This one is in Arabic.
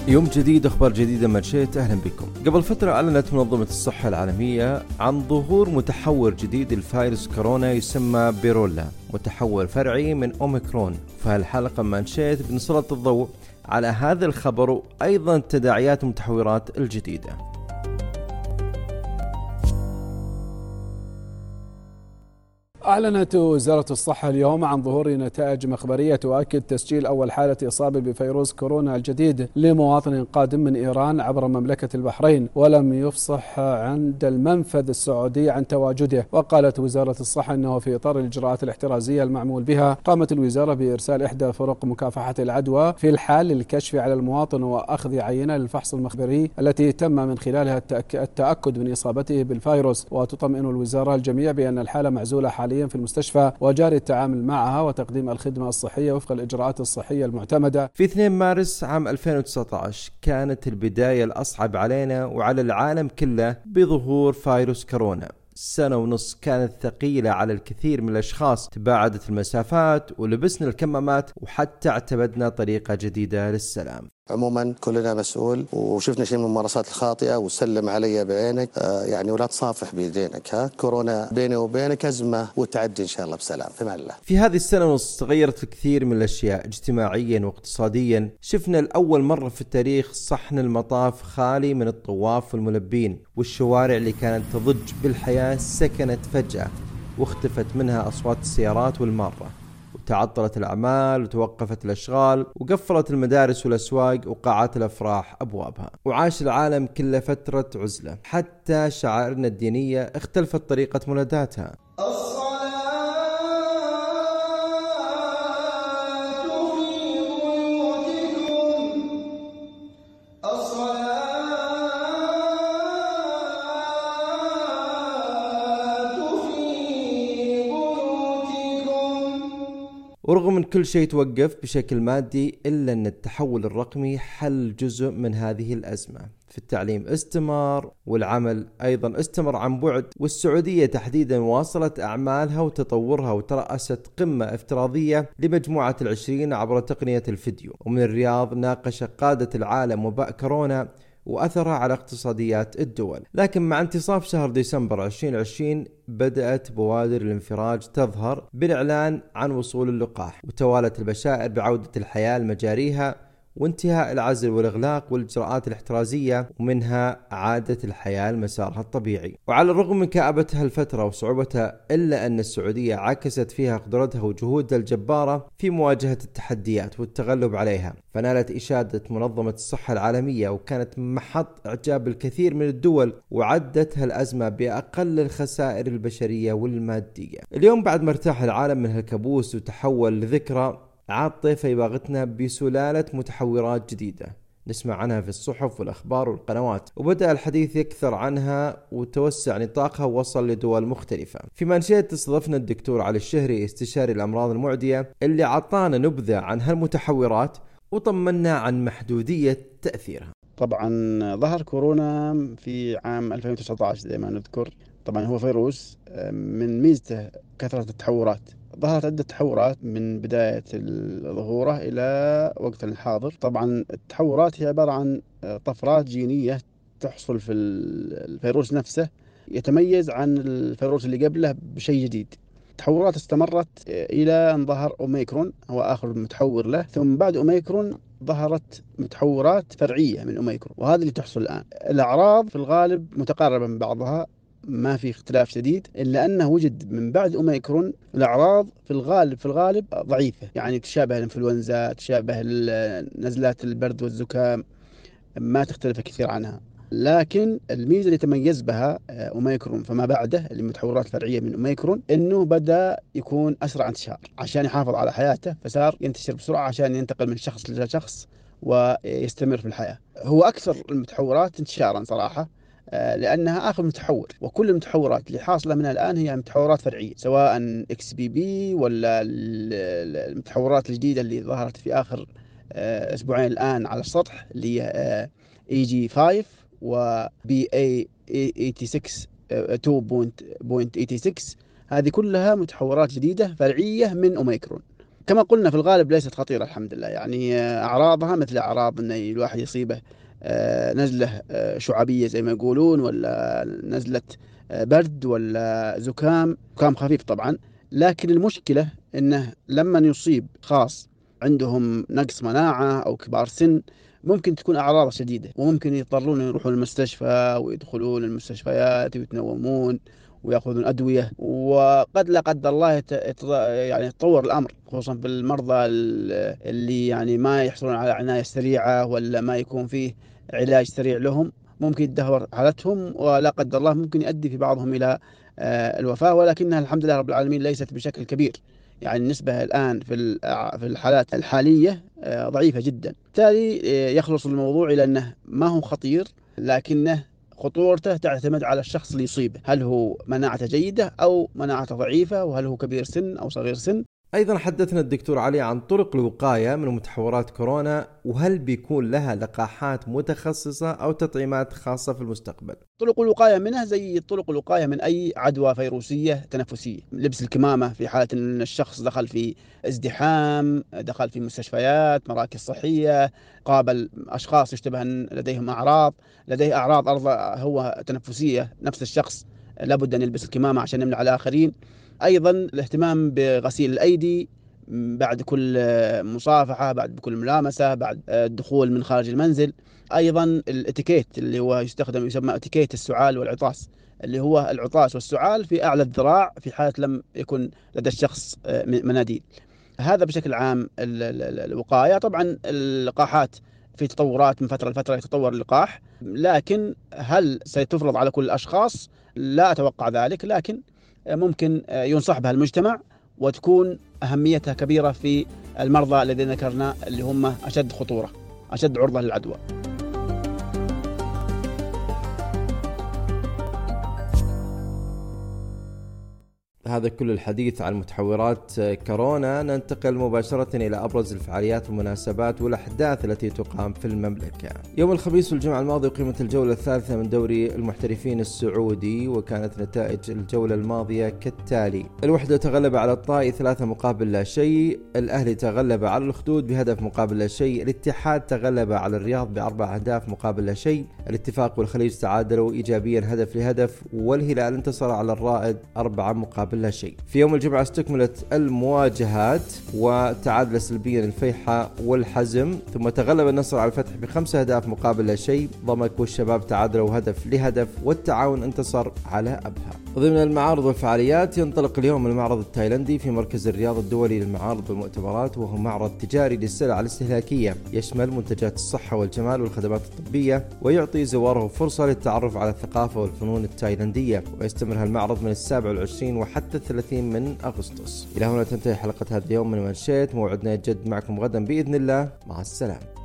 يوم جديد، أخبار جديدة منشيت. أهلا بكم. قبل فترة أعلنت منظمة الصحة العالمية عن ظهور متحور جديد لفيروس كورونا يسمى بيرولا، متحور فرعي من أوميكرون. في هالحلقة منشيت بنسلط الضوء على هذا الخبر وأيضا تداعيات المتحورات الجديدة. أعلنت وزارة الصحة اليوم عن ظهور نتائج مخبرية تؤكد تسجيل أول حالة إصابة بفيروس كورونا الجديد لمواطن قادم من إيران عبر مملكة البحرين، ولم يفصح عند المنفذ السعودي عن تواجده. وقالت وزارة الصحة أنه في إطار الإجراءات الاحترازية المعمول بها، قامت الوزارة بإرسال إحدى فرق مكافحة العدوى في الحال للكشف على المواطن وأخذ عينة للفحص المخبري التي تم من خلالها التأكد من إصابته بالفيروس. وتطمئن الوزارة الجميع بأن الحالة معزولة حاليا في المستشفى وجاري التعامل معها وتقديم الخدمة الصحية وفق الإجراءات الصحية المعتمدة. في 2 مارس عام 2019 كانت البداية الأصعب علينا وعلى العالم كله بظهور فيروس كورونا. 1.5 سنة كانت ثقيلة على الكثير من الأشخاص، تباعدت المسافات ولبسنا الكمامات وحتى اعتمدنا طريقة جديدة للسلام. عموما كلنا مسؤول، وشفنا شيء من الممارسات الخاطئة وسلم علي بعينك يعني ولا تصافح بيدينك. كورونا بيني وبينك أزمة وتعدي إن شاء الله بسلام في الله. في هذه 1.5 سنة تغيرت الكثير من الأشياء اجتماعيا واقتصاديا. شفنا لأول مرة في التاريخ صحن المطاف خالي من الطواف والملبين، والشوارع اللي كانت تضج بالحياة سكنت فجأة واختفت منها أصوات السيارات والمارة، تعطلت الأعمال وتوقفت الأشغال وقفلت المدارس والأسواق وقاعات الأفراح أبوابها، وعاش العالم كله فترة عزلة. حتى شعائرنا الدينية اختلفت طريقة مناداتها. ورغم ان كل شيء توقف بشكل مادي، الا ان التحول الرقمي حل جزء من هذه الازمه. في التعليم استمر، والعمل ايضا استمر عن بعد، والسعوديه تحديدا واصلت اعمالها وتطورها وترأست قمه افتراضيه لمجموعه ال20 عبر تقنيه الفيديو. ومن الرياض ناقش قاده العالم وباء كورونا وأثرها على اقتصاديات الدول. لكن مع انتصاف شهر ديسمبر 2020 بدأت بوادر الانفراج تظهر بالإعلان عن وصول اللقاح، وتوالت البشائر بعودة الحياة لمجاريها وانتهاء العزل والإغلاق والإجراءات الاحترازية، ومنها عادة الحياة لمسارها الطبيعي. وعلى الرغم من كآبتها الفترة وصعوبتها، إلا أن السعودية عكست فيها قدرتها وجهودها الجبارة في مواجهة التحديات والتغلب عليها، فنالت إشادة منظمة الصحة العالمية وكانت محط إعجاب الكثير من الدول، وعدتها الأزمة بأقل الخسائر البشرية والمادية. اليوم بعد ما ارتاح العالم من هالكابوس وتحول لذكرى، عاد طيف يباغتنا بسلالة متحورات جديدة نسمع عنها في الصحف والأخبار والقنوات، وبدأ الحديث يكثر عنها وتوسع نطاقها ووصل لدول مختلفة. في منشيت استضفنا الدكتور علي الشهري، استشاري الأمراض المعدية، اللي عطانا نبذة عن هالمتحورات وطمنا عن محدودية تأثيرها. طبعا ظهر كورونا في عام 2019 زي ما نذكر. طبعا هو فيروس من ميزته كثرة التحورات. ظهرت عدة تحورات من بداية ظهوره إلى وقت الحاضر. طبعا التحورات هي عبارة عن طفرات جينية تحصل في الفيروس نفسه، يتميز عن الفيروس اللي قبله بشيء جديد. التحورات استمرت إلى أن ظهر أوميكرون هو آخر متحور له، ثم بعد أوميكرون ظهرت متحورات فرعية من أوميكرون، وهذا اللي تحصل الآن. الأعراض في الغالب متقاربة من بعضها، ما في اختلاف شديد، إلا أنه وجد من بعد أوميكرون الأعراض في الغالب ضعيفة، يعني تشابه الإنفلونزا، تشابه نزلات البرد والزكام، ما تختلف كثير عنها. لكن الميزة اللي تميز بها أوميكرون فما بعده اللي متحورات فرعية من أوميكرون، إنه بدأ يكون أسرع انتشار. عشان يحافظ على حياته فصار ينتشر بسرعة عشان ينتقل من شخص لشخص ويستمر في الحياة. هو أكثر المتحورات انتشارا صراحة، لأنها آخر متحور، وكل المتحورات اللي حاصلة منها الآن هي متحورات فرعية، سواء XBB ولا المتحورات الجديدة اللي ظهرت في آخر أسبوعين الآن على السطح، اللي هي EG5 و BA86 2.86. هذه كلها متحورات جديدة فرعية من أوميكرون. كما قلنا في الغالب ليست خطيرة الحمد لله، يعني أعراضها مثل أعراض أن الواحد يصيبه نزلة شعبية زي ما يقولون، ولا نزلة برد، ولا زكام خفيف طبعا. لكن المشكلة أنه لما يصيب خاص عندهم نقص مناعة أو كبار سن ممكن تكون أعراض شديدة، وممكن يضطرون يروحون المستشفى ويدخلون المستشفيات ويتنومون ويأخذون أدوية، وقد لا قدر الله يعني يتطور الأمر، خصوصا في المرضى اللي يعني ما يحصلون على عناية سريعة ولا ما يكون فيه علاج سريع لهم، ممكن يتدهور حالتهم ولا قدر الله ممكن يؤدي في بعضهم إلى الوفاة. ولكنها الحمد لله رب العالمين ليست بشكل كبير، يعني النسبة الآن في الحالات الحالية ضعيفة جدا. بالتالي يخلص الموضوع إلى أنه ما هو خطير، لكنه خطورته تعتمد على الشخص اللي يصيبه، هل هو مناعته جيدة أو مناعته ضعيفة، وهل هو كبير سن أو صغير سن. أيضا حدثنا الدكتور علي عن طرق الوقاية من متحورات كورونا، وهل بيكون لها لقاحات متخصصة أو تطعيمات خاصة في المستقبل؟ طرق الوقاية منها زي طرق الوقاية من أي عدوى فيروسية تنفسية، لبس الكمامة في حالة أن الشخص دخل في ازدحام، دخل في مستشفيات، مراكز صحية، قابل أشخاص يشتبه أن لديهم لديه أعراض هو تنفسية، نفس الشخص لابد أن يلبس الكمامة عشان يمنع الآخرين. أيضا الاهتمام بغسيل الأيدي بعد كل مصافحة، بعد كل ملامسة، بعد الدخول من خارج المنزل. أيضا الاتيكيت اللي هو يسمى اتيكيت السعال والعطاس، اللي هو العطاس والسعال في أعلى الذراع في حالة لم يكن لدى الشخص مناديل. هذا بشكل عام الوقاية. طبعا اللقاحات في تطورات، من فترة لفترة يتطور اللقاح، لكن هل ستفرض على كل الأشخاص؟ لا أتوقع ذلك، لكن ممكن ينصح بها المجتمع وتكون أهميتها كبيرة في المرضى الذين ذكرنا اللي هم أشد خطورة، أشد عرضة للعدوى. هذا كل الحديث عن متحورات كورونا. ننتقل مباشرة إلى أبرز الفعاليات والمناسبات والأحداث التي تقام في المملكة. يوم الخميس والجمعة الماضية أقيمت الجولة الثالثة من دوري المحترفين السعودي، وكانت نتائج الجولة الماضية كالتالي: الوحدة تغلب على الطائي 3-0، الأهلي تغلب على الأخدود بهدف مقابل لا شيء، الاتحاد تغلب على الرياض ب4 أهداف مقابل لا شيء، الاتفاق والخليج تعادلوا إيجابيا هدف لهدف، والهلال انتصر على الرائد 4 مقابل لا شيء. في يوم الجمعة استكملت المواجهات وتعادل سلبيا الفيحة والحزم، ثم تغلب النصر على الفتح ب5 أهداف مقابل لا شيء، ضمك والشباب تعادلوا هدف لهدف، والتعاون انتصر على أبها. ضمن المعارض والفعاليات ينطلق اليوم المعرض التايلندي في مركز الرياض الدولي للمعارض والمؤتمرات، وهو معرض تجاري للسلع الاستهلاكية يشمل منتجات الصحة والجمال والخدمات الطبية، ويعطي زواره فرصة للتعرف على الثقافة والفنون التايلندية. ويستمر هالمعرض من 27 وحتى 30 من أغسطس. إلى هنا تنتهي حلقة هذا اليوم من منشيت. موعدنا يتجدد معكم غدا بإذن الله. مع السلامة.